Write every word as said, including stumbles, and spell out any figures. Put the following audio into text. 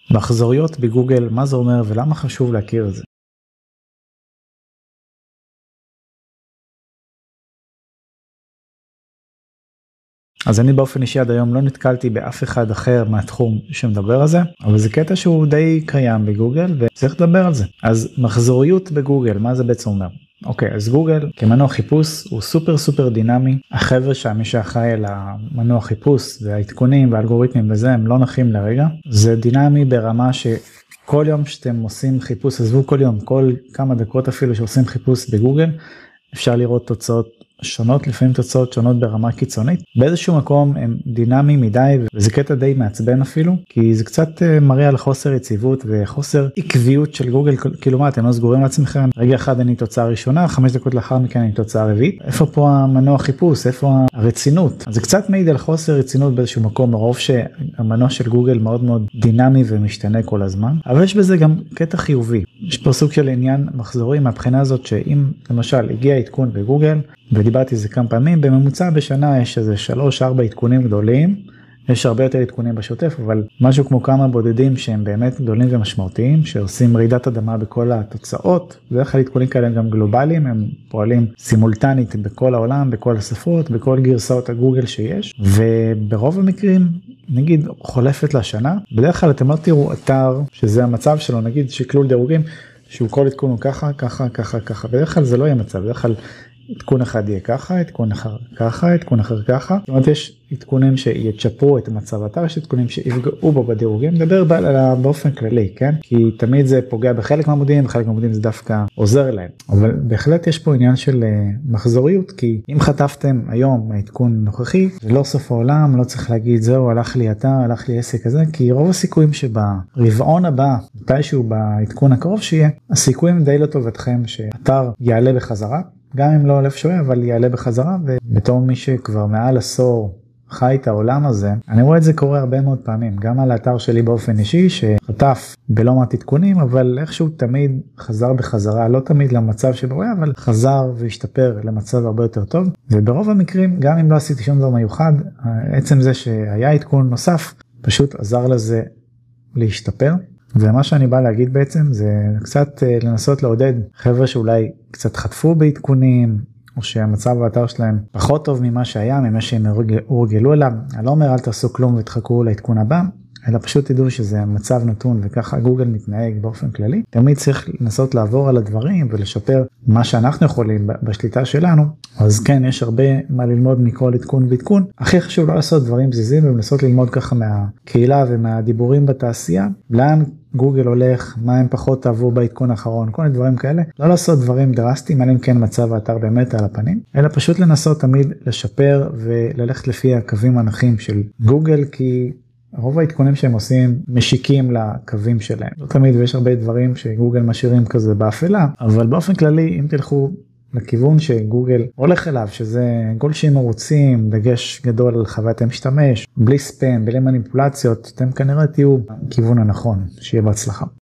מחזוריות בגוגל, מה זה אומר ולמה חשוב להכיר את זה. אז אני באופן אישי עד היום לא נתקלתי באף אחד אחר מהתחום שמדבר על זה, אבל זה קטע שהוא די קיים בגוגל וצריך לדבר על זה. אז מחזוריות בגוגל, מה זה בעצם אומר? אוקיי, אז גוגל כמנוע חיפוש הוא סופר סופר דינמי. החבר'ה שם, מי שאחראי על המנוע חיפוש והעדכונים והאלגוריתמים וזה, הם לא נחים לרגע. זה דינמי ברמה שכל יום שאתם עושים חיפוש, עזבו כל יום, כל כמה דקות אפילו שעושים חיפוש בגוגל, אפשר לראות תוצאות שונות, לפעמים תוצאות שונות ברמה קיצונית. באיזשהו מקום הם דינמיים מדי, וזה קטע די מעצבן אפילו, כי זה קצת מראה על חוסר יציבות וחוסר עקביות של גוגל. כאילו מה, אתם לא סגורים לעצמכם, רגע אחד אני תוצאה ראשונה, חמש דקות לאחר מכן אני תוצאה רביעית. איפה פה המנוע חיפוש? איפה הרצינות? אז זה קצת מעיד על חוסר רצינות באיזשהו מקום, מרוב שהמנוע של גוגל מאוד מאוד דינמי ומשתנה כל הזמן. אבל יש בזה גם קטע חיובי. יש פה סוג של עניין מחזורי מהבחינה הזאת, שאם למשל הגיע עדכון בגוגל, ודיברתי זה כמה פעמים, בממוצע בשנה יש איזה שלוש ארבע עדכונים גדולים, יש הרבה יותר עדכונים בשוטף, אבל משהו כמו כמה בודדים שהם באמת גדולים ומשמעותיים, שעושים רעידת אדמה בכל התוצאות. בדרך כלל עדכונים כאלה הם גם גלובליים, הם פועלים סימולטנית בכל העולם, בכל השפות, בכל גרסאות הגוגל שיש, וברוב המקרים, נגיד חולפת לשנה, בדרך כלל אתם לא תראו אתר שזה המצב שלו, נגיד שקלול דירוגים, שהוא כל עדכון הוא ככה, ככה, ככה, ככה. בדרך כלל זה לא יהיה מצב, בדרך כלל עדכון אחד יהיה ככה, עדכון אחר ככה, עדכון אחר ככה. זאת אומרת, יש עדכונים שיצ'פרו את המצב האתר, יש עדכונים שיפגעו בו בדירוגים. נדבר באופן כללי, כן? כי תמיד זה פוגע בחלק מהעמודים, בחלק מהעמודים זה דווקא עוזר להם. אבל בהחלט יש פה עניין של מחזוריות, כי אם חטפתם היום מהעדכון נוכחי, זה לא סוף העולם, לא צריך להגיד זהו, הלך לי אתר, הלך לי עסק כזה, כי רוב הסיכויים שברבעון הבא, מתישהו בעדכון הקרוב שיהיה, הסיכויים די לטובתכם שאתר יעלה בחזרה. גם אם לא הולף שואה, אבל יעלה בחזרה, ובתור מי שכבר מעל עשור חי את העולם הזה, אני רואה את זה קורה הרבה מאוד פעמים, גם על האתר שלי באופן אישי, שחטף בלא מעט עדכונים, אבל איכשהו תמיד חזר בחזרה, לא תמיד למצב שבו היה, אבל חזר והשתפר למצב הרבה יותר טוב, וברוב המקרים, גם אם לא עשיתי שום דבר מיוחד, עצם זה שהיה עדכון נוסף, פשוט עזר לזה להשתפר. ומה שאני בא להגיד בעצם זה קצת לנסות לעודד חבר'ה שאולי קצת חטפו בעדכונים, או שהמצב באתר שלהם פחות טוב ממה שהיה, ממה שהם הורגלו אליו. אני לא אומר אל תעשו כלום ותחכו לעדכון הבא, אלא פשוט תדעו שזה מצב נתון, וככה גוגל מתנהג באופן כללי. תמיד צריך לנסות לעבור על הדברים ולשפר מה שאנחנו יכולים בשליטה שלנו. אז כן, יש הרבה מה ללמוד מכל עדכון ועדכון. הכי חשוב לא לעשות דברים בזיזים, ולנסות ללמוד ככה מהקהילה ומהדיבורים בתעשייה, לאן גוגל הולך, מה הם פחות אהבו בעדכון האחרון, כל מיני דברים כאלה. לא לעשות דברים דרסטיים, אלא אם כן מצב האתר באמת על הפנים, אלא פשוט לנסות תמיד לשפר וללכת לפי הקווים הנחים של גוגל, כי רוב העדכונים שהם עושים משיקים לקווים שלהם. לא תמיד, ויש הרבה דברים שגוגל משאירים כזה באפלה, אבל באופן כללי, אם תלכו לכיוון שגוגל הולך אליו, שזה גולשים ערוצים, דגש גדול על חוויית המשתמש, בלי ספאם, בלי מניפולציות, אתם כנראה תהיו בכיוון הנכון. שיהיה בהצלחה.